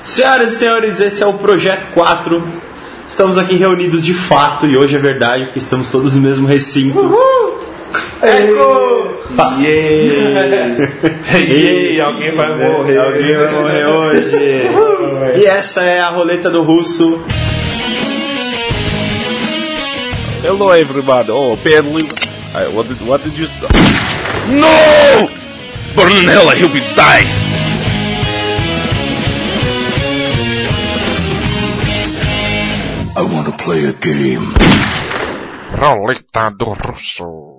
Senhoras e senhores, esse é o Projeto 4. Estamos aqui reunidos de fato, e hoje é verdade, porque estamos todos no mesmo recinto. Eco! Yay! Alguém vai morrer. Alguém vai morrer hoje. E essa é a roleta do russo. Hello everybody. Oh, Pedro. What did you... No! Burn in hell, I hope you die. I want to play a game. Roleta do Russo.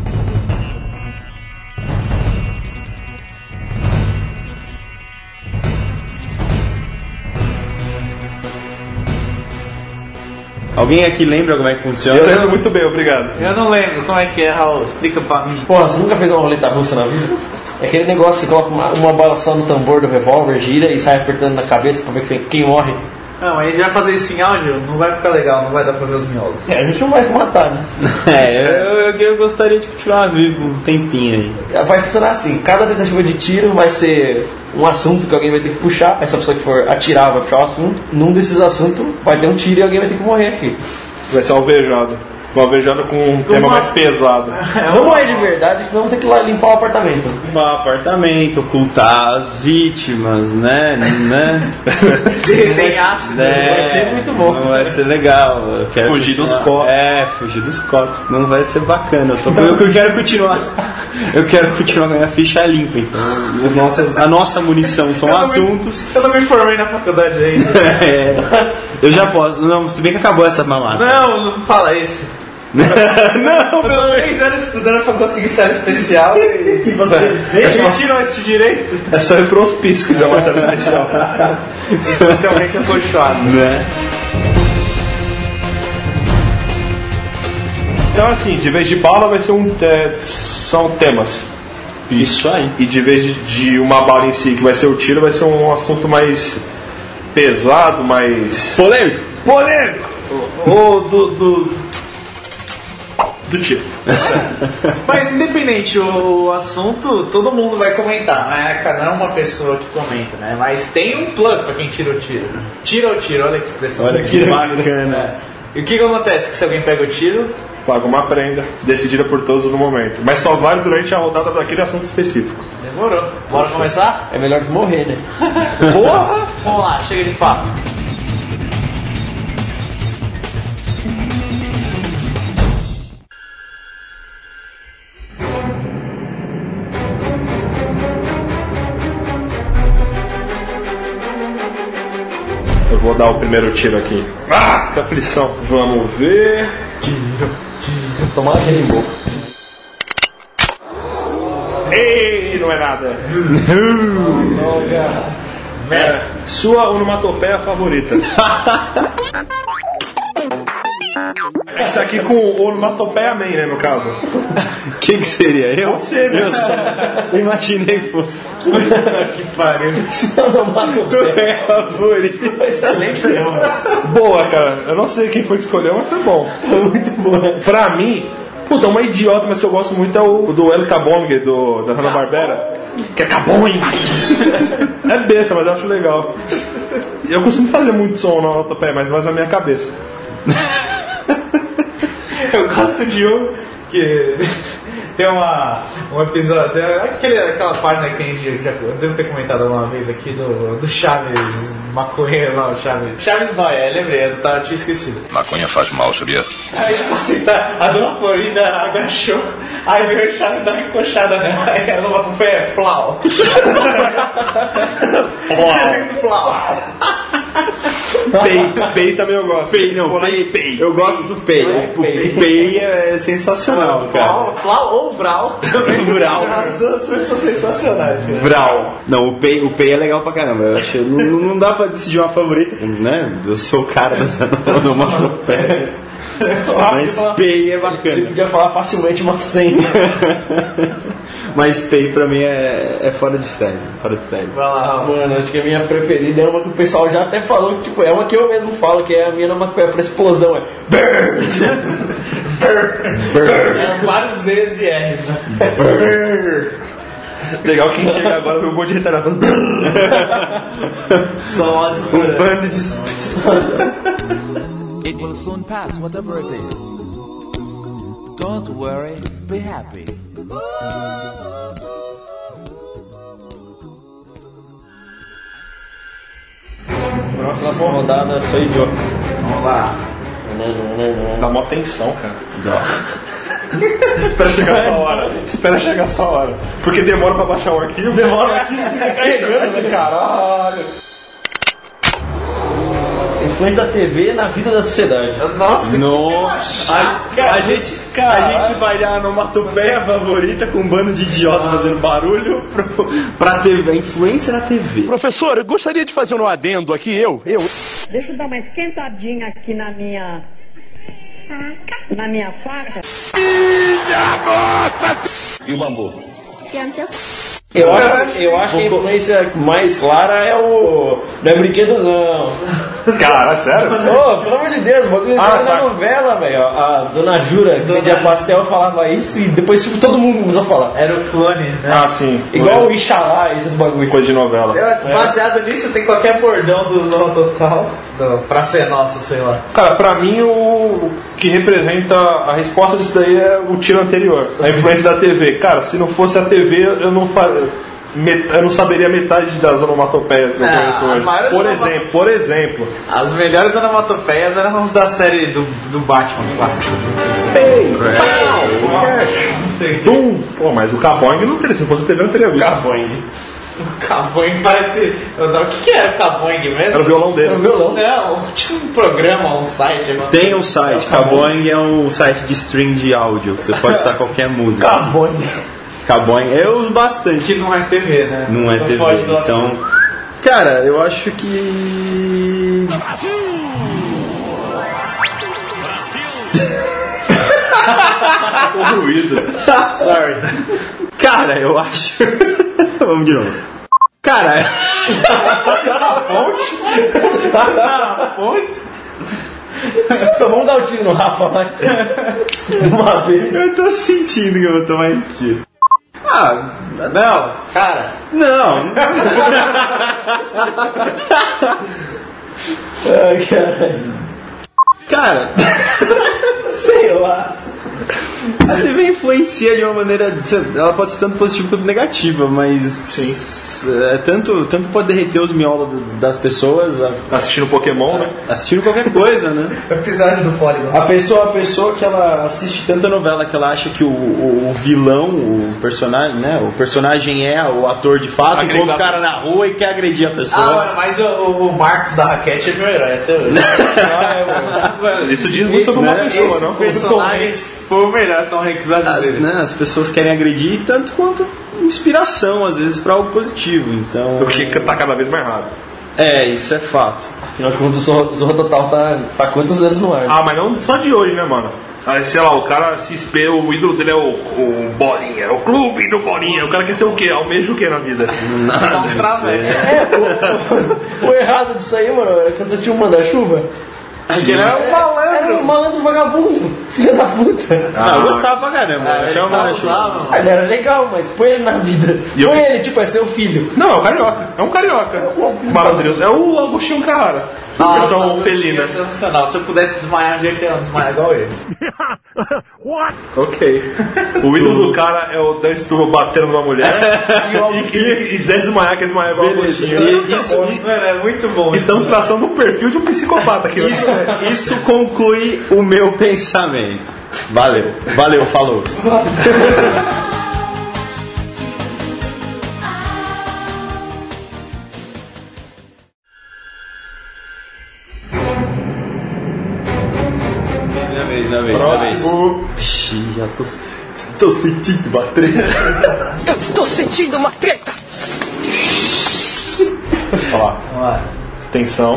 Alguém aqui lembra como é que funciona? Eu lembro muito bem, obrigado. Eu não lembro como é que é, Raul. Explica pra mim. Porra, você nunca fez uma roleta russa na vida? É aquele negócio que você coloca uma bala só no tambor do revólver, gira e sai apertando na cabeça pra ver quem morre. Não, mas a gente vai fazer isso em áudio, não vai ficar legal, não vai dar pra ver os miolos. A gente não vai se matar, né? Eu gostaria de continuar vivo um tempinho aí. Vai funcionar assim, cada tentativa de tiro vai ser um assunto que alguém vai ter que puxar. Essa pessoa que for atirar vai puxar o assunto. Num desses assuntos vai ter um tiro e alguém vai ter que morrer aqui. Vai ser alvejado. Uma alvejada com um tema mais pesado. Não morrer de verdade, senão tem que ir lá limpar o apartamento. Limpar o apartamento, ocultar as vítimas, né? Tem ácido. Vai ser muito bom. Não vai ser legal. Eu quero Fugir continuar. dos corpos. Fugir dos corpos. Não vai ser bacana. Eu quero continuar. Eu quero continuar com a minha ficha limpa. Então, a nossa munição são assuntos. Eu não me formei na faculdade ainda. Eu já posso. Não, se bem que acabou essa mamata. Não fala isso. Não, Eu tô 3 anos estudando pra conseguir série especial e você tirou esse direito. É só ir pro hospício que quiser uma série especial. Especialmente acolchoado. Né? Então assim, de vez de bala vai ser são temas. Isso aí. E de vez de uma bala em si, que vai ser o tiro, vai ser um assunto mais pesado, mais... Polêmico. Ou do tipo. Mas independente o assunto, todo mundo vai comentar, né? Não é uma pessoa que comenta, né? Mas tem um plus pra quem tira o tiro. Tira o tiro, olha que expressão. Olha que bacana. E o que acontece? Que se alguém pega o tiro... Paga uma prenda, decidida por todos no momento. Mas só vale durante a rodada daquele assunto específico. Demorou. Bora começar? É melhor que morrer, né? Porra! Vamos lá, chega de papo. Eu vou dar o primeiro tiro aqui. Que aflição. Vamos ver. Tiro. Tomar aquele boca. Ei, não é nada. Sua onomatopeia favorita. A gente tá aqui com o onomatopeia man, né, no caso. Quem que seria? Eu? Você, né? Eu imaginei que fosse. Que pariu. Onomatopeia favorito. Excelente, né? Boa, cara. Eu não sei quem foi que escolheu, mas foi bom. Muito bom. Pra mim, puta, uma idiota, mas que eu gosto muito é o do El Kabong, da Hanna-Barbera. Que é Kabong! É besta, mas eu acho legal. Eu costumo fazer muito som na onomatopeia, mas mais na minha cabeça. Eu gosto de um que tem um episódio, tem aquela parte, né, que a gente já devo ter comentado alguma vez aqui do Chaves maconheiro lá, o Chaves Noia, lembrei, eu tinha esquecido. Maconha faz mal, sabia? Aí tipo assim, a dona Florinda agachou, aí veio o Chaves dar uma encoxada nela, aí ela bota o pé, plau. Plau. Pei também eu gosto. Pei. Eu gosto do Pei. O Pei é sensacional, cara. Plau ou Vral também. Vral. As duas coisas são sensacionais, cara. Vral. Não, o Pei é legal pra caramba. Eu acho, não dá pra decidir uma favorita, né? Eu sou o cara dessa onomatopeia. Mas Pei é Ele bacana. podia falar facilmente uma senha. Mas Pei pra mim é fora de série. Fora de série. Vai lá, Mano, acho que a minha preferida é uma que o pessoal já até falou, que tipo, é uma que eu mesmo falo, que é a minha onomatopeia pra explosão, é BURN! Vários Z's e R's, né? Legal quem chega agora vê um monte de retardado. Só Um bando de... It will soon pass, whatever it is. Don't worry, be happy. Próxima rodada, sou idiota. Vamos lá. Dá mó tensão, cara. Espera chegar essa hora. Espera chegar essa hora. Porque demora pra baixar o arquivo. Demora o arquivo, fica carregando esse caralho. Influência da TV na vida da sociedade. Nossa, A gente vai dar a onomatopeia favorita com um bando de idiota fazendo barulho pra TV, a influência da TV. Professor, eu gostaria de fazer um adendo aqui, Deixa eu dar uma esquentadinha aqui na minha faca. E o bambu? Eu acho que a influência mais clara é o... Não é brinquedo, não. Cara, sério? Ô, pelo amor de Deus, o bagulho na novela, velho. A Dona Jura, que vendia pastel, falava isso e depois tipo, todo mundo começou a falar. era o clone, né? Ah, sim. Igual o Ixalá, esses bagulho. Coisa de novela. Baseado nisso, tem qualquer bordão do Zorro Total. Pra ser nossa, sei lá. Cara, pra mim o que representa a resposta disso daí é o tiro anterior. A influência da TV. Cara, se não fosse a TV, eu não saberia metade das onomatopeias que eu conheço hoje. Por exemplo. As melhores onomatopeias eram as da série do Batman clássico. Ei! Pô, mas o Caboing não teria. Se não fosse a TV, eu não teria visto. Caboing. O Caboing parece... O que era o Caboing mesmo? Era o violão dele. Era o violão? Não, tinha um programa, um site. Tem um site, Caboing é um site de stream de áudio, que você pode estar qualquer música. Caboing, eu uso bastante. Que não é TV, né? Não é TV, então... Cara, eu acho que... O ruído. Sorry. Cara, eu acho... Vamos de novo. Cara... Ponte? Então vamos dar um tiro no Rafa, vai. Uma vez. Eu tô sentindo que eu vou tomar tiro. Ah, não, cara. Não. Ai, caralho. Cara... Sei lá. A TV influencia de uma maneira... Ela pode ser tanto positiva quanto negativa, mas... Tanto pode derreter os miolos das pessoas... Assistindo Pokémon, né? Assistindo qualquer coisa, né? Episódio do Polygon. A pessoa que ela assiste tanta novela que ela acha que o vilão, o personagem, né? O personagem é o ator de fato, encontra o cara na rua e quer agredir a pessoa. Mas o Marcos da Raquete é meu herói até hoje. Isso diz muito sobre uma pessoa, não? O personagem foi o melhor Tom Hanks brasileiro. As pessoas querem agredir tanto quanto inspiração, às vezes, para algo positivo. Então... O que tá cada vez mais raro. Isso é fato. Afinal de contas, o Zorro Total tá quantos anos no ar? Ah, mas não só de hoje, né, mano? Aí, sei lá, o cara se espelha, o ídolo dele é o Bolinha, é o clube do Bolinha. O cara quer ser o quê? Almeja o quê na vida? Nada. O errado disso aí, mano, é quando você assistiu o Manda-Chuva. Aquele era um malandro. Era um malandro vagabundo. Filho da puta. Eu gostava pra caramba. Eu achava Ele era legal, mas põe ele na vida. Põe ele, tipo, é seu filho. Não, é um carioca. É um carioca. Malandroso. É o Agostinho Carrara. Versão felina. Sensacional. Se eu pudesse desmaiar um dia, eu queria desmaiar igual ele. Ok. O ídolo do cara é o Dan Sturma batendo numa mulher. E Zé desmaiar, quer desmaiar igual o Agostinho. Mano, é muito bom. Estamos traçando um perfil de um psicopata aqui. Isso conclui o meu pensamento. Valeu, falou. Minha vez. Ixi, já estou sentindo uma treta. Eu estou sentindo uma treta. Vamos lá. Atenção.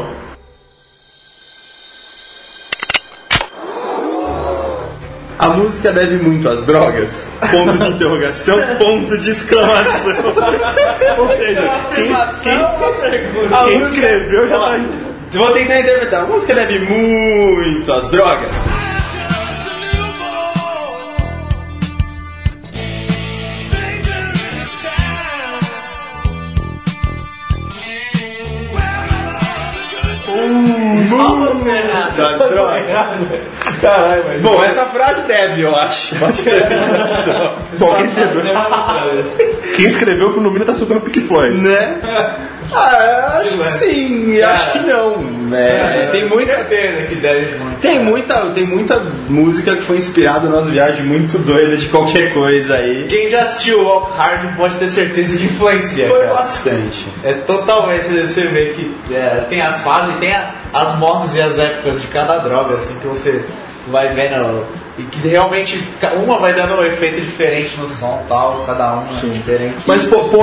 A música deve muito às drogas? Ponto de interrogação, ponto de exclamação. Ou seja, quem escreveu já tá... Vou tentar interpretar. A música deve muito às drogas? das drogas. Caralho, mas... Bom, essa frase deve, eu acho. Bom, quem escreveu que no mínimo tá soltando Pink Floyd. Né? Ah, acho que sim, acho que não. Tem muita certeza que deve muito. Tem muita música que foi inspirada nas viagens muito doidas de qualquer coisa aí. Quem já assistiu Walk Hard pode ter certeza que influencia. Foi bastante. É totalmente, você vê que tem as fases, tem as modas e as épocas de cada droga, assim, que você vai vendo. E que realmente uma vai dando um efeito diferente no som e tal, cada uma é diferente. Mas,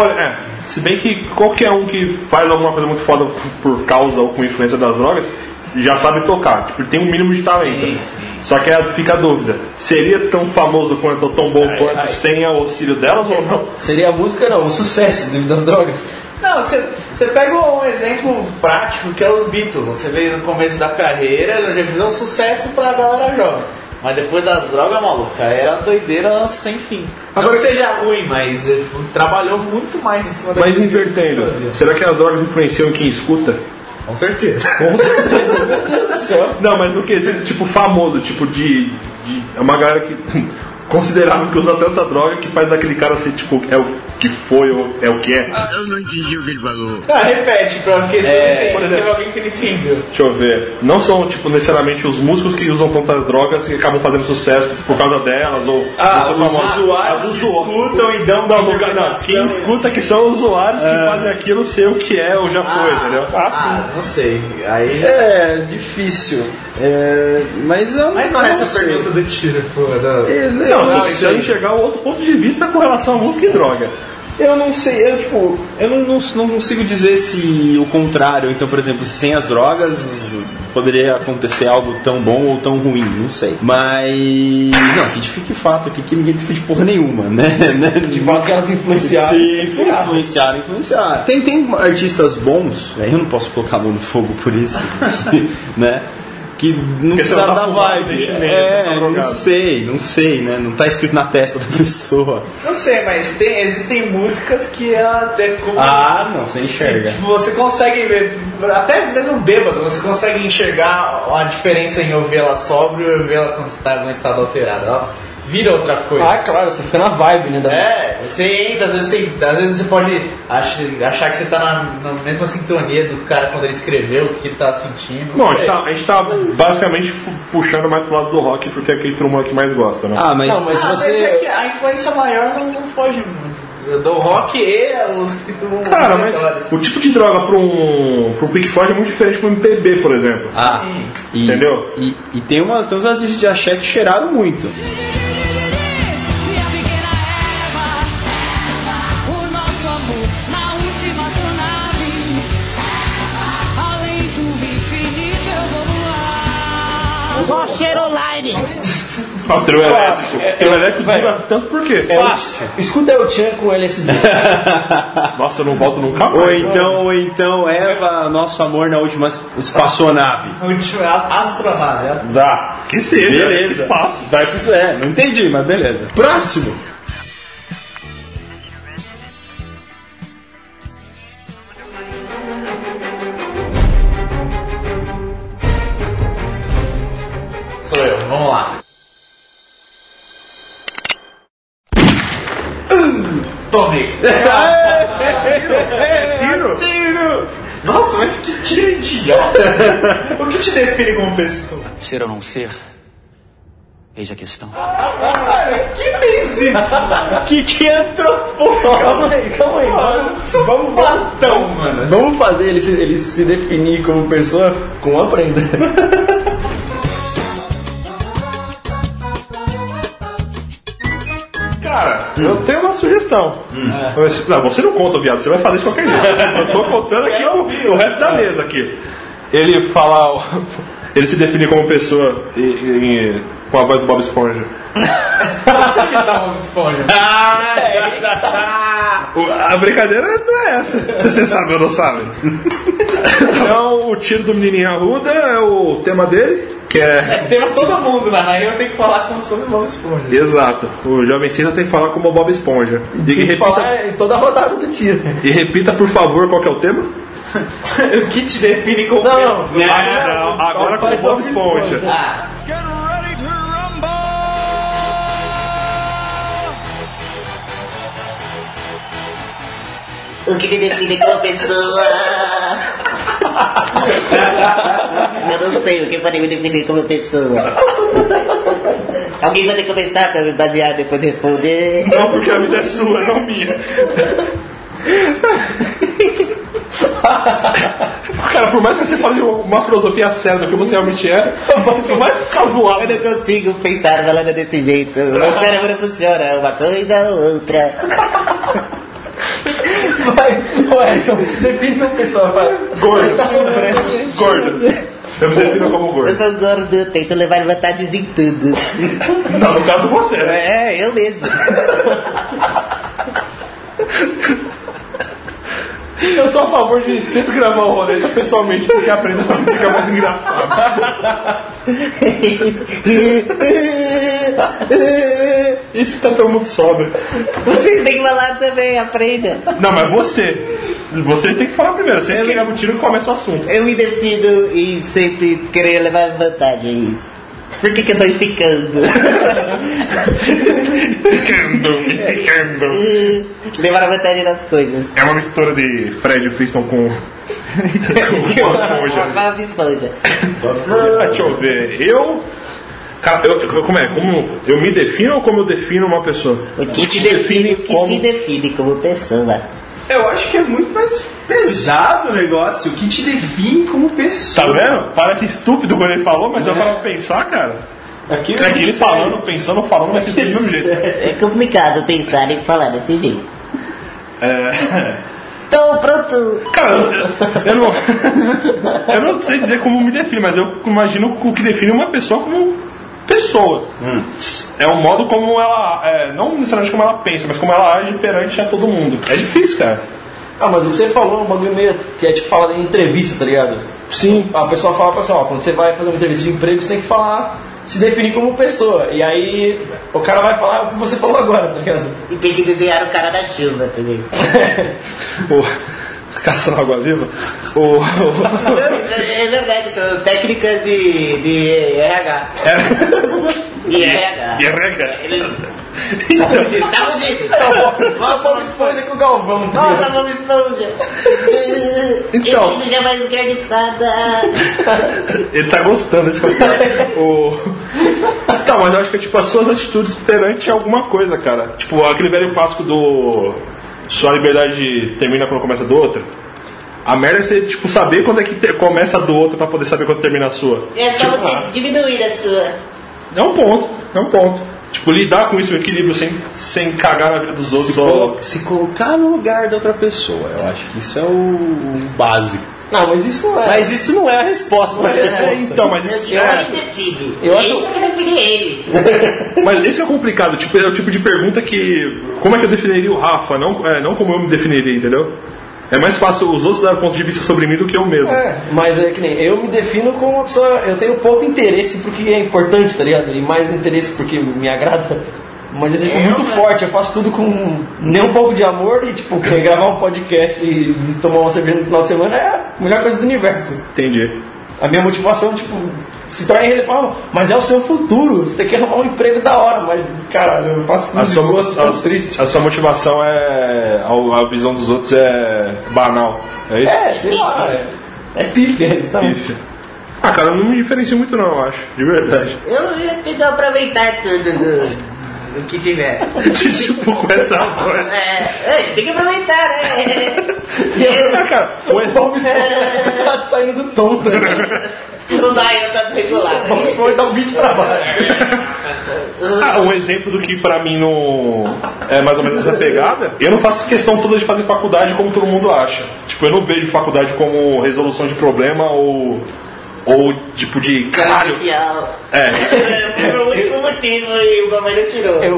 se bem que qualquer um que faz alguma coisa muito foda por causa ou com influência das drogas, já sabe tocar, tipo, tem um mínimo de talento. Sim. Só que fica a dúvida, seria tão famoso quanto, tão bom quanto sem o auxílio delas ou não? Seria a música, não, o sucesso devido às drogas. Não, você pega um exemplo prático que é os Beatles. Você vê no começo da carreira, já fizeram um sucesso pra galera jovem. Mas depois das drogas, maluca, era doideira sem fim. Agora que seja ruim, mas trabalhou muito mais em cima da Mas invertendo, será que as drogas influenciam quem escuta? Com certeza. Com certeza, meu Deus do céu. Não, mas o que? Tipo famoso, tipo de é uma galera que considerável que usa tanta droga que faz aquele cara ser tipo, é o que foi ou é o que é. Eu não entendi o que ele falou. Repete, porque teve alguém que não entendeu. Deixa eu ver. Não são, tipo, necessariamente os músicos que usam tantas drogas que acabam fazendo sucesso por causa delas, ou os usuários que escutam e dão uma interpretação. Quem escuta que são os usuários que fazem aquilo ser o que é ou já foi, entendeu? Não sei. Aí é difícil. Mas eu não é essa pergunta do tiro, pô. Não, se eu enxergar o outro ponto de vista com relação à música e droga. Eu não sei, eu não consigo dizer se o contrário. Então, por exemplo, sem as drogas poderia acontecer algo tão bom ou tão ruim, não sei. Mas não, que fique fato aqui que ninguém fez porra nenhuma, né? De fato que elas influenciaram. Sim, influenciaram. Tem artistas bons, eu não posso colocar a mão no fogo por isso, né? Que não precisa da vibe. Não sei, né? Não tá escrito na testa da pessoa. Não sei, mas existem músicas que ela até como. Não, você enxerga. Tipo, você consegue ver, até mesmo bêbado, você consegue enxergar a diferença em ouvir ela sóbrio e ouvir ela quando você tá em um estado alterado. Ela vira outra coisa. Claro, você fica na vibe, né? Você entra, às vezes você pode achar que você tá na mesma sintonia do cara quando ele escreveu, o que ele tá sentindo. Bom, a gente tá basicamente puxando mais pro lado do rock, porque é aquele turma que mais gosta, né? Mas você... Mas é que a influência maior não foge muito. Do rock e os que tu... Cara, mas o tipo de droga pro Pink Floyd é muito diferente pro MPB, por exemplo. Entendeu? E tem uns artistas de axé que cheiraram muito. Só cheiro online. O trio elétrico dura tanto por quê? Fácil. Escuta o Tchan com LSD. Nossa, eu não volto nunca mais. Ou então Eva, nosso amor na última espaçonave. A última astronave. Dá. Que seja. Beleza. Espaço. Não entendi, mas beleza. Próximo. Sou eu, vamos lá. Tomei. Tiro. Nossa, mas que tiro idiota. O que te define como pessoa? Ser ou não ser? Eis a questão. Quem fez isso? Que antropólogo? Calma aí. Vamos Platão, mano. Vamos fazer ele se definir como pessoa com a prenda. Cara, eu tenho uma sugestão. Não, você não conta, viado, você vai fazer de qualquer jeito. Eu tô contando aqui o resto da mesa aqui. Ele fala. Ele se define como pessoa com a voz do Bob Esponja. Você que tá Bob Esponja. A brincadeira não é essa. Se você sabe ou não sabe. Então, o tiro do menininho Arruda é o tema dele. Que é tema todo mundo, né? Aí eu tenho que falar como se fosse o Bob Esponja. Exato. O Jovem Cena tem que falar como o Bob Esponja. Tem que falar em toda a rodada do tiro. E repita, por favor, qual que é o tema? O que te define como Não, agora com o Bob Esponja. O que me define como pessoa? Eu não sei o que pode me definir como pessoa. Alguém pode começar pra me basear e depois responder? Não, porque a vida é sua, não minha. Cara, por mais que você fale uma filosofia séria do que você realmente é, você vai ficar zoado. Eu não consigo pensar falando desse jeito. Meu cérebro não funciona, uma coisa ou outra. Ué, você define como pessoa, vai. Gordo. Tá sofrendo. Gordo. Eu me defino como gordo. Eu sou gordo, tento levar vantagens em tudo. Não, no caso você, né? É, eu mesmo. Eu sou a favor de sempre gravar o rolê pessoalmente, porque aprende sempre fica mais engraçado. Isso tá todo mundo sobra. Vocês têm que falar também, aprenda. Não, mas você tem que falar primeiro. Você que grava o tiro e começa o assunto. Eu me defino em sempre querer levar vantagens. Por que eu tô explicando? Levar vantagem nas coisas. É uma mistura de Fred Flintstone com Bob Esponja. Deixa eu ver. Cara, como eu me defino ou como eu defino uma pessoa? O que te define como pessoa? Eu acho que é muito mais pesado o negócio. O que te define como pessoa? Tá vendo? Parece estúpido quando ele falou, mas eu para pensar, cara. Aqui ele falando, pensando, falando, vai ser do mesmo jeito. É complicado pensar e falar desse jeito. Estou pronto. Cara, eu não sei dizer como me define, mas eu imagino o que define uma pessoa como pessoa. É o modo como ela, não necessariamente como ela pensa, mas como ela age perante a todo mundo. É difícil, cara. Mas o que você falou é um bagulho meio que é tipo falar em entrevista, tá ligado? Sim. A pessoa fala pra você, quando você vai fazer uma entrevista de emprego, você tem que falar, se definir como pessoa. E aí o cara vai falar o que você falou agora, tá ligado? E tem que desenhar o cara da chuva também. Caçando água viva? É verdade, são técnicas de RH. De RH. Tá bonito. Vamos Esponja com o Galvão. Nossa, Bob Esponja. Então. Ele já mais esgarniçada. Ele tá gostando desse comentário. Então, mas eu acho que é tipo as suas atitudes perante alguma coisa, cara. Tipo, aquele velho clássico do sua liberdade termina quando começa do outro. A merda é você, tipo, saber quando é que começa a do outro pra poder saber quando termina a sua. É só tipo, você diminuir a sua. É um ponto. Tipo, lidar com isso, o equilíbrio, sem cagar na vida dos outros. Se colocar no lugar da outra pessoa. Eu acho que isso é o básico. Não, mas isso não é. Mas isso não é a resposta. Então, mas isso define. É isso que define ele. Mas esse é complicado. Tipo, é o tipo de pergunta que... Como é que eu definiria o Rafa? Não como eu me definiria, entendeu? É mais fácil os outros darem ponto de vista sobre mim do que eu mesmo. Mas é que nem eu me defino como uma pessoa. Eu tenho pouco interesse porque é importante, tá ligado? E mais interesse porque me agrada. Mas exemplo muito forte. Eu faço tudo com nem um pouco de amor e, tipo, gravar um podcast e tomar uma cerveja no final de semana é a melhor coisa do universo. Entendi. A minha motivação, tipo, se torna irrelevante. Mas é o seu futuro. Você tem que arrumar um emprego da hora. Mas, caralho, eu faço com desgosto, triste. A sua motivação é... A visão dos outros é banal. É isso? Sei lá. É pífia, exatamente. Pífia. Cara, eu não me diferencio muito não, eu acho. De verdade. Eu ia tentar aproveitar tudo o que tiver. Tipo, com essa voz. Tem que aproveitar, né? Cara, o Bob tá saindo do tom, né? Não dá, eu tô desregulado. Bob Esponja dá um beat pra baixo. Um exemplo do que pra mim não é mais ou menos essa pegada, eu não faço questão toda de fazer faculdade como todo mundo acha. Tipo, eu não vejo faculdade como resolução de problema ou tipo de caralho. Foi o último motivo e o governo tirou. Eu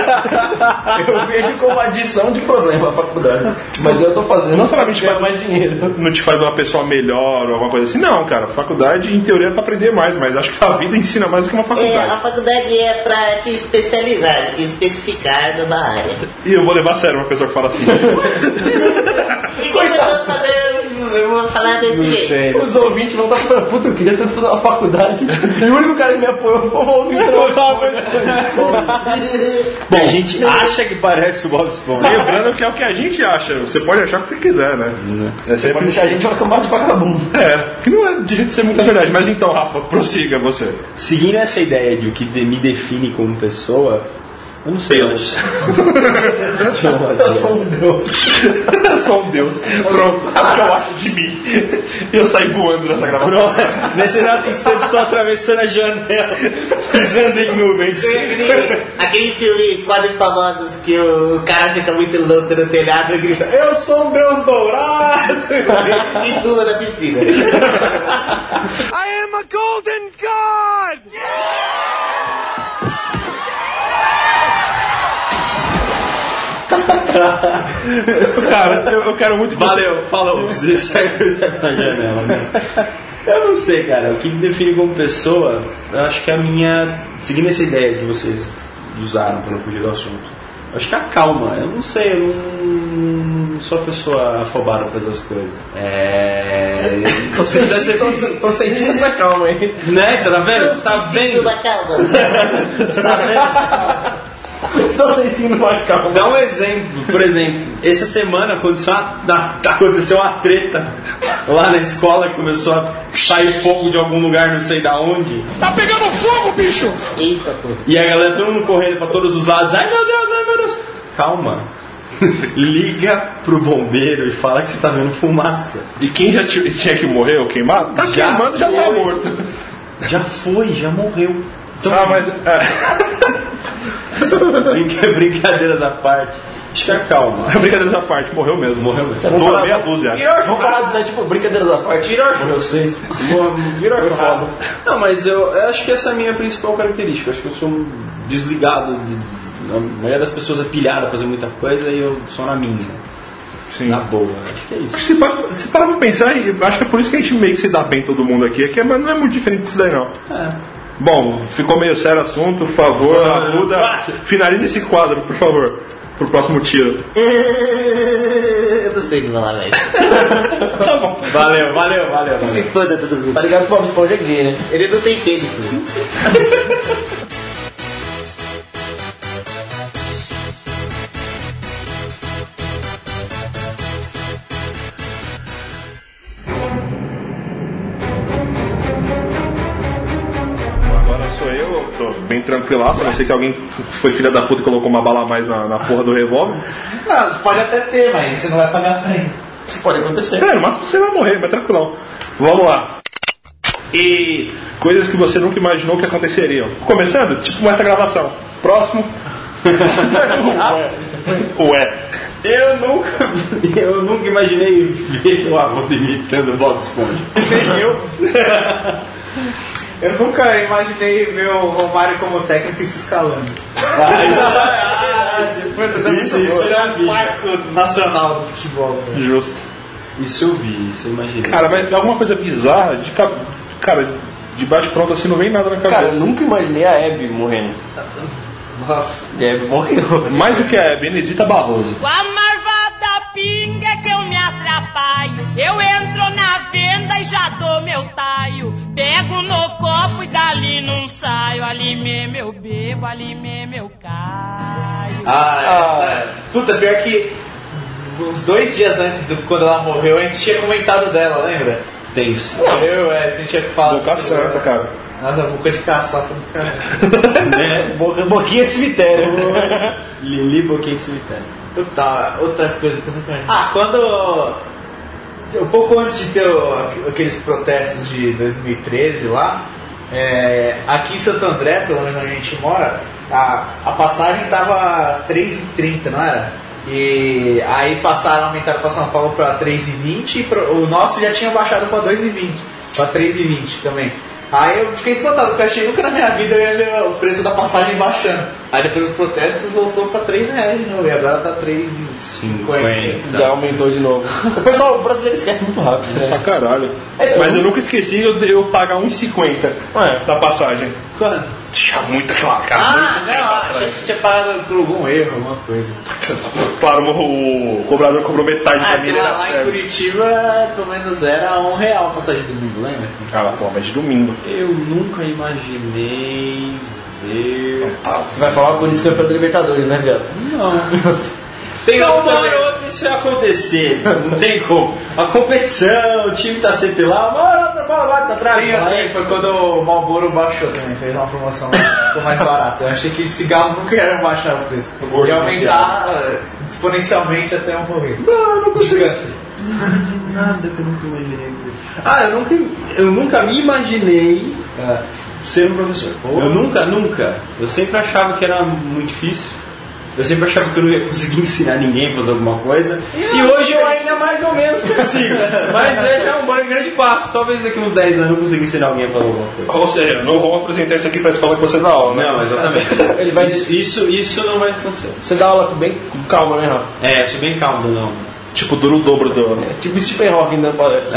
vejo como adição de problema a faculdade. Mas eu tô fazendo. Não somente faz mais dinheiro. Não te faz uma pessoa melhor ou alguma coisa assim. Não, cara. Faculdade, em teoria, é pra aprender mais, mas acho que a vida ensina mais do que uma faculdade. A faculdade é pra te especializar, te especificar numa área. E eu vou levar a sério uma pessoa que fala assim. Enquanto eu tô fazendo eu vou falar desse jeito. Os ouvintes vão estar falando, puta, eu queria tanto fazer uma faculdade. E o único cara que me apoiou foi o ouvinte. Bom, a gente acha que parece o Bob Esponja. Lembrando que é o que a gente acha. Você pode achar o que você quiser, né? Você pode deixar a gente uma camada de vagabundo. Que não é de jeito de ser muita verdade. Mas então, Rafa, prossiga você. Seguindo essa ideia de o que me define como pessoa, eu não sei. Eu sou um Deus. Eu sou um Deus. Pronto, é o que eu acho de mim. Eu saí voando nessa gravação. Nesse exato instante estou atravessando a janela, pisando em nuvens. Aquele filme Quadros Famosos que o cara fica muito louco no telhado e grita: eu sou um Deus dourado! E pula na piscina. I am a golden god! Cara, eu quero muito que Valeu, falou, você saiu da janela, né? Eu não sei, cara, o que me define como pessoa, eu acho que a minha, seguindo essa ideia que vocês usaram para não fugir do assunto, eu acho que a calma, eu não sei, eu não sou a pessoa afobada para essas coisas. Tô sentindo essa calma aí. Né, tá vendo? Tá vendo? Tá vendo? Estou sentindo uma calma. Dá um exemplo, por exemplo, essa semana aconteceu uma treta lá na escola que começou a sair fogo de algum lugar, não sei da onde. Tá pegando fogo, bicho! Eita, pô. E a galera, todo mundo correndo pra todos os lados. Ai meu Deus. Calma. Liga pro bombeiro e fala que você tá vendo fumaça. E quem já tinha que morrer ou queimado, tá queimando, já tá morto. Já morreu. Então, mas... Brincadeiras à parte. Acho que é calma. Brincadeiras à parte, morreu mesmo. Meia dúzia. Vamos parar de dizer, tipo, brincadeiras à parte. Morreu 6. Virou famoso. Não, mas eu acho que essa é a minha principal característica. Eu acho que eu sou desligado. A maioria das pessoas é pilhada a fazer muita coisa e eu sou na minha. Sim. Na boa. Acho que é isso. Se parar pra pensar, eu acho que é por isso que a gente meio que se dá bem todo mundo aqui. Mas não é muito diferente disso daí, não. Bom, ficou meio sério o assunto, por favor, Arruda, finalize esse quadro, por favor, pro próximo tiro. Eu não sei o que falar, velho. Tá bom. Valeu. Se foda todo mundo. Tá ligado que o Bob Esponja é gay, né? Ele não tem pênis, pô. Bem tranquilaço, a não ser que alguém foi filha da puta e colocou uma bala a mais na porra do revólver. Não, você pode até ter, mas você não vai pagar pra ele. Isso pode acontecer. No máximo você vai morrer, mas tranquilão. Vamos lá. E coisas que você nunca imaginou que aconteceriam. Começando, tipo essa gravação. Próximo. Ué. Eu nunca imaginei ver o Arruda imitando o Bob Esponja. Nem eu. Eu nunca imaginei ver o Romário como técnico e se escalando. Isso é um marco nacional do futebol. Né? Justo. Isso eu vi, isso eu imaginei. Cara, mas alguma coisa bizarra, cara, de baixo pronto assim não vem nada na cabeça. Cara, eu nunca imaginei a Hebe morrendo. Nossa, a Hebe morreu. Mais do que a Hebe, Inesita Barroso. Com a marvada pinga é que eu me atrapalho. Eu entro na venda e já dou meu taio. Pego no copo e dali não saio. Ali mesmo eu bebo, ali mesmo eu caio. Puta, pior que uns 2 dias antes quando ela morreu, a gente tinha comentado dela, lembra? Tenso. A gente tinha que falar. Boca santa, cara. Nada, boca de caçapa do cara. Boquinha de cemitério. Lili, boquinha de cemitério. Outra coisa que eu nunca imaginei. Quando... Um pouco antes de ter aqueles protestos de 2013 lá, aqui em Santo André, pelo menos onde a gente mora, a passagem tava R$3,30, não era? E aí aumentaram para São Paulo para R$3,20 e o nosso já tinha baixado para R$2,20, para R$3,20 também. Aí eu fiquei espantado, porque eu achei nunca na minha vida eu ia ver o preço da passagem baixando. Aí depois dos protestos voltou pra R$3 de novo, e agora tá R$3,50. Já aumentou de novo. O brasileiro esquece muito rápido, né? Pra caralho. Mas eu nunca esqueci eu pagar R$1,50 da passagem. Quando? Tinha muita aquela cara. Achei que você tinha pagado por algum erro, alguma coisa. Claro, o cobrador cobrou metade da minha lá em Curitiba, pelo menos era R$1 a passagem de domingo, lembra? Pô, mas de domingo. Eu nunca imaginei ver... Você vai falar o Corinthians campeão da Libertadores, né, viado? Não. Tem uma hora ou outra isso ia acontecer, não tem como. A competição, o time tá sempre lá, uma hora outra bola vai pra trás. Foi quando o Marlboro baixou também, fez uma promoção ficou mais barato. Eu achei que cigarros nunca iam baixar o preço. Ia aumentar exponencialmente até um morrer. Não, eu não consigo. Nada que eu nunca imaginei. Eu nunca me imaginei ser um professor. Eu nunca. Eu sempre achava que era muito difícil. Eu sempre achava que eu não ia conseguir ensinar ninguém a fazer alguma coisa. E hoje eu ainda mais ou menos consigo. Mas é um grande passo. Talvez daqui uns 10 anos eu consiga ensinar alguém a fazer alguma coisa. Ou seja, não vou apresentar isso aqui pra escola que vocês dão aula, né? Não, exatamente. Ele vai... Isso não vai acontecer. Você dá aula bem com calma, né, Rafa? Eu sou bem calmo, não. Tipo, dura o dobro do... Tipo Stephen Hawking na palestra.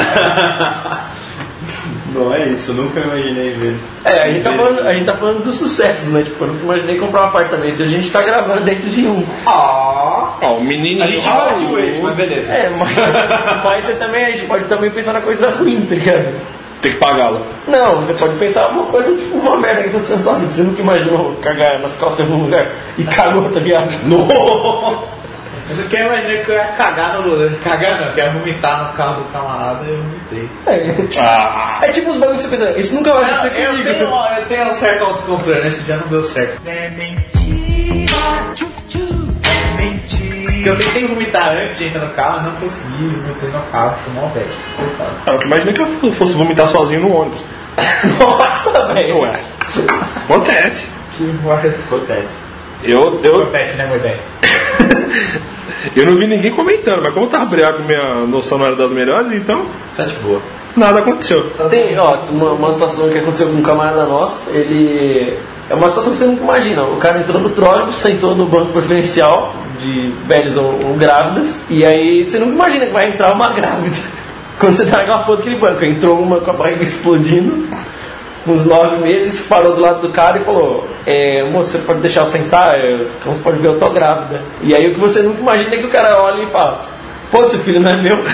Bom, é isso, eu nunca imaginei ver. A gente tá falando dos sucessos, né? Tipo, eu nunca imaginei comprar um apartamento. A gente tá gravando dentro de um. O menininho. A gente vai de vez, mas beleza. Mas você também, a gente pode também pensar na coisa ruim, tá ligado? Tem que pagá-la. Não, você pode pensar uma coisa, tipo, uma merda que aconteceu na sua vida. Você nunca imaginou cagar nas calças em algum lugar e cagou, tá ligado? Nossa! Mas eu quero imaginar que eu ia cagar no... Cagar não, que eu ia vomitar no carro do camarada e eu vomitei. É tipo os bagulhos que você pensa, isso nunca vai acontecer comigo. Eu tenho um certo autocontrole, nesse dia não deu certo. É mentira, é mentira. Porque eu tentei vomitar antes de entrar no carro, não consegui, vomitei no carro, foi mal velho. Eu imaginei que eu fosse vomitar sozinho no ônibus. Nossa, velho. Ué. Acontece. Acontece. Acontece, né, Moisés? Eu não vi ninguém comentando, mas como eu tava briado, minha noção não era das melhores, então. Tá de boa. Nada aconteceu. Tem, uma situação que aconteceu com um camarada nosso, ele. É uma situação que você nunca imagina. O cara entrou no trólebus, sentou no banco preferencial de velhos ou grávidas, e aí você nunca imagina que vai entrar uma grávida. Quando você tá naquela porra daquele banco, entrou uma com a barriga explodindo, uns 9 meses, parou do lado do cara e falou: moça, você pode deixar eu sentar? Você pode ver, eu tô grávida. E aí o que você nunca imagina é que o cara olha e fala: pô, seu filho não é meu.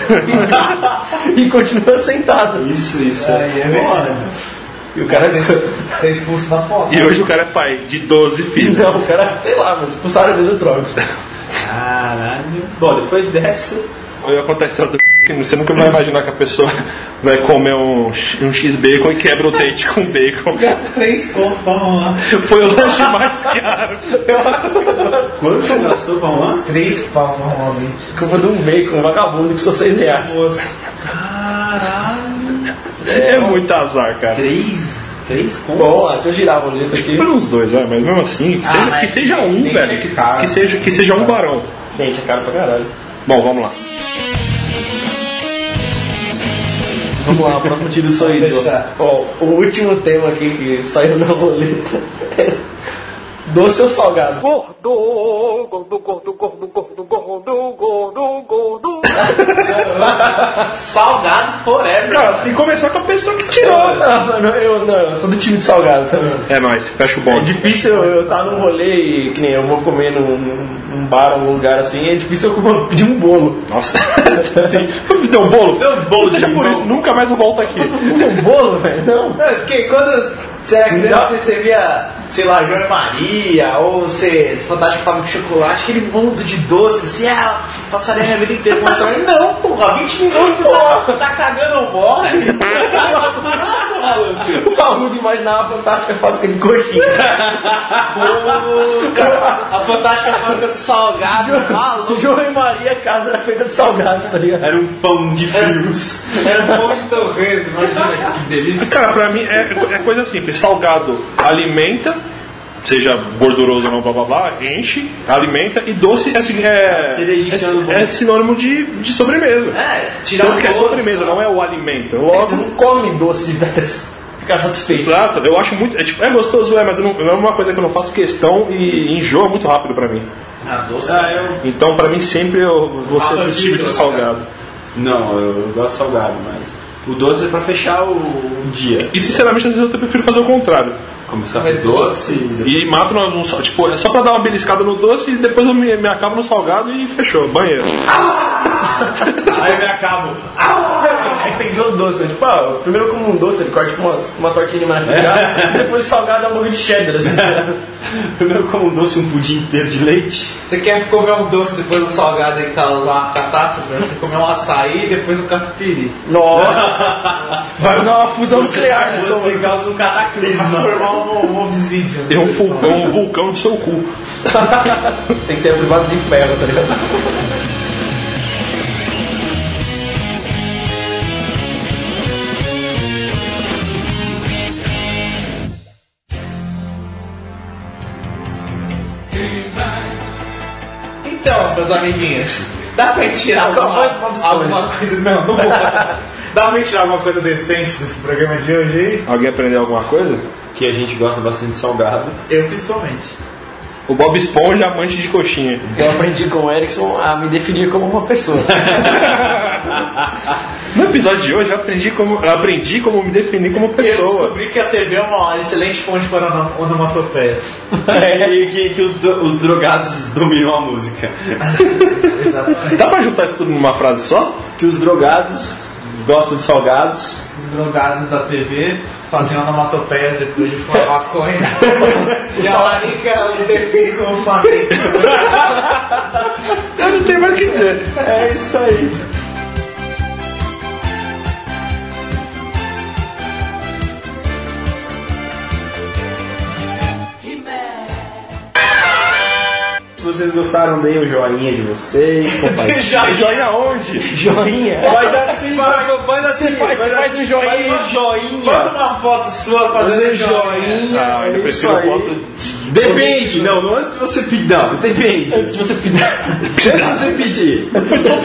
E continua sentado. Isso é bom. E o cara é expulso da foto. E hoje o cara é pai de 12 filhos. Não, o cara, sei lá, mas expulsaram mesmo o Trogos. Caralho. Bom, depois dessa. Acontece, você nunca vai imaginar que a pessoa vai comer um X-Bacon e quebra o dente com bacon. Gasta 3 contos pra arrumar. Foi o lanche mais caro. Quanto você gastou pra arrumar? 3 pau pra arrumar o dente. Culpa de um bacon, um vagabundo que custou R$6. Caralho. É muito azar, cara. 3 contos? Bom, deixa eu girar a roleta aqui. Foram uns 2, mas mesmo assim, que seja um, velho. Que seja um barão. Gente, é caro pra caralho. Bom, vamos lá. Vamos lá, o próximo tiro saiu. O último tema aqui que saiu na roleta é doce ou salgado? Gordo, gordo, gordo, gordo, gordo, gordo, gordo, gordo. Salgado forever. Cara, e começar com a pessoa que tirou. Eu sou do time de salgado também. É nóis, fecha o bom. É difícil eu estar num rolê e que nem eu vou comer num bar ou num lugar assim, é difícil eu pedir um bolo. Nossa. Vamos pedir um bolo? Seja por isso, nunca mais eu volto aqui. Um bolo, velho? Não. Porque quando você era criança, você via, sei lá, João e Maria, ou você Fantástico Fábrica de Chocolate, aquele mundo de doce, assim, passaria a minha vida inteira com essa. Não, porra, 20 minutos você tá cagando o morre. Nossa, maluco. O bagulho de imaginar a Fantástica Fábrica de coxinha. A Fantástica Fábrica de salgado, maluco. João e Maria, a casa era feita de salgados, tá ligado? Era um pão de frios. Era um pão de torresmo, imagina que delícia. Cara, pra mim é coisa simples. Salgado alimenta, seja gorduroso ou não, blá blá blá, enche, alimenta, e doce é sinônimo de sobremesa. Tirar tanto que é sobremesa, não é o alimento. Logo, você não come doce e ficar satisfeito. Exato, eu acho muito. É gostoso, mas não é uma coisa que eu não faço questão e enjoa muito rápido pra mim. Doce. Então pra mim sempre eu vou ser do tipo de salgado. Não, eu gosto de salgado, mas o doce é pra fechar o dia. E sinceramente às vezes eu prefiro fazer o contrário. Começar com doce e mato no tipo, é só pra dar uma beliscada no doce e depois eu me acabo no salgado e fechou, banheiro. Aí eu me acabo. Aí você tem que ver o doce, né? Tipo, primeiro eu como um doce, ele corta tipo uma tortinha de maracujá, depois o salgado é um hambúrguer de cheddar, assim. Primeiro como um doce, um pudim inteiro de leite. Você quer comer um doce depois do salgado e causar uma catástrofe? Você comer um açaí e depois um catupiry. Nossa! Vai fazer uma fusão nuclear. Você causa um cataclisma. Vai formar um obsídio. É um vulcão no seu cu. Tem que ter a privada de ferro, tá ligado? Então, meus amiguinhos, dá pra tirar alguma coisa? Não vou passar. Dá pra tirar alguma coisa decente desse programa de hoje aí? Alguém aprendeu alguma coisa? Que a gente gosta bastante de salgado. Eu principalmente. O Bob Esponja, amante de coxinha. Eu aprendi com o Erickson a me definir como uma pessoa. No episódio de hoje eu aprendi como me definir como Eu pessoa. descobri que a TV é uma excelente fonte para onomatopeias. E que os drogados dominam a música. Exatamente. Dá pra juntar isso tudo numa frase só? Que os drogados gostam de salgados. Os drogados da TV fazem onomatopeias depois de fumar maconha. E a Larica os define como fanático. Eu não tenho mais o que dizer. É isso aí. Se vocês gostaram, deem o joinha de vocês. Joinha onde? Joinha. Faz assim, faz assim. Você faz um joinha. Faz um joinha. Manda uma foto sua fazendo joinha. Ah, eu Isso prefiro aí. foto. Depende, não antes de você pedir. Não, depende. Antes de você pedir. Antes de você pedir.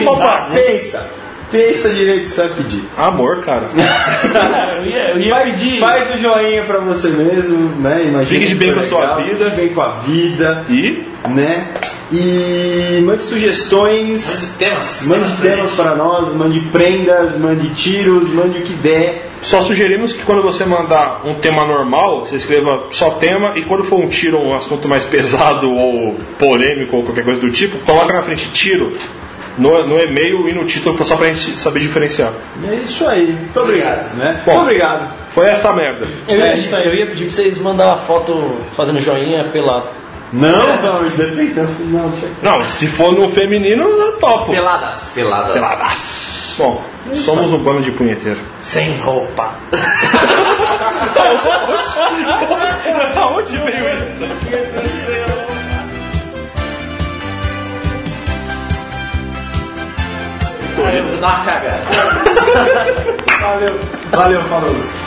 Pensa direito que você vai pedir. Amor, cara. Eu ia pedir. Faz o joinha pra você mesmo, né? Imagina. Fique de bem com a sua vida. Fique bem com a vida. E? Né? E mande sugestões. Mande temas para nós, mande prendas, mande tiros, mande o que der. Só sugerimos que quando você mandar um tema normal, você escreva só tema, e quando for um tiro, um assunto mais pesado ou polêmico ou qualquer coisa do tipo, coloca na frente tiro no e-mail e no título, só pra gente saber diferenciar. É isso aí. Muito obrigado. Né? Bom, muito obrigado. Foi esta merda. Eu ia pedir pra vocês mandar uma foto fazendo joinha pelado. Não, pelo amor de Deus, implicância, não. Não, se for no feminino, eu topo. Peladas. Bom, somos um bando de punheteiro. Sem roupa. Aonde veio isso? Dá uma cagada. Valeu, falou.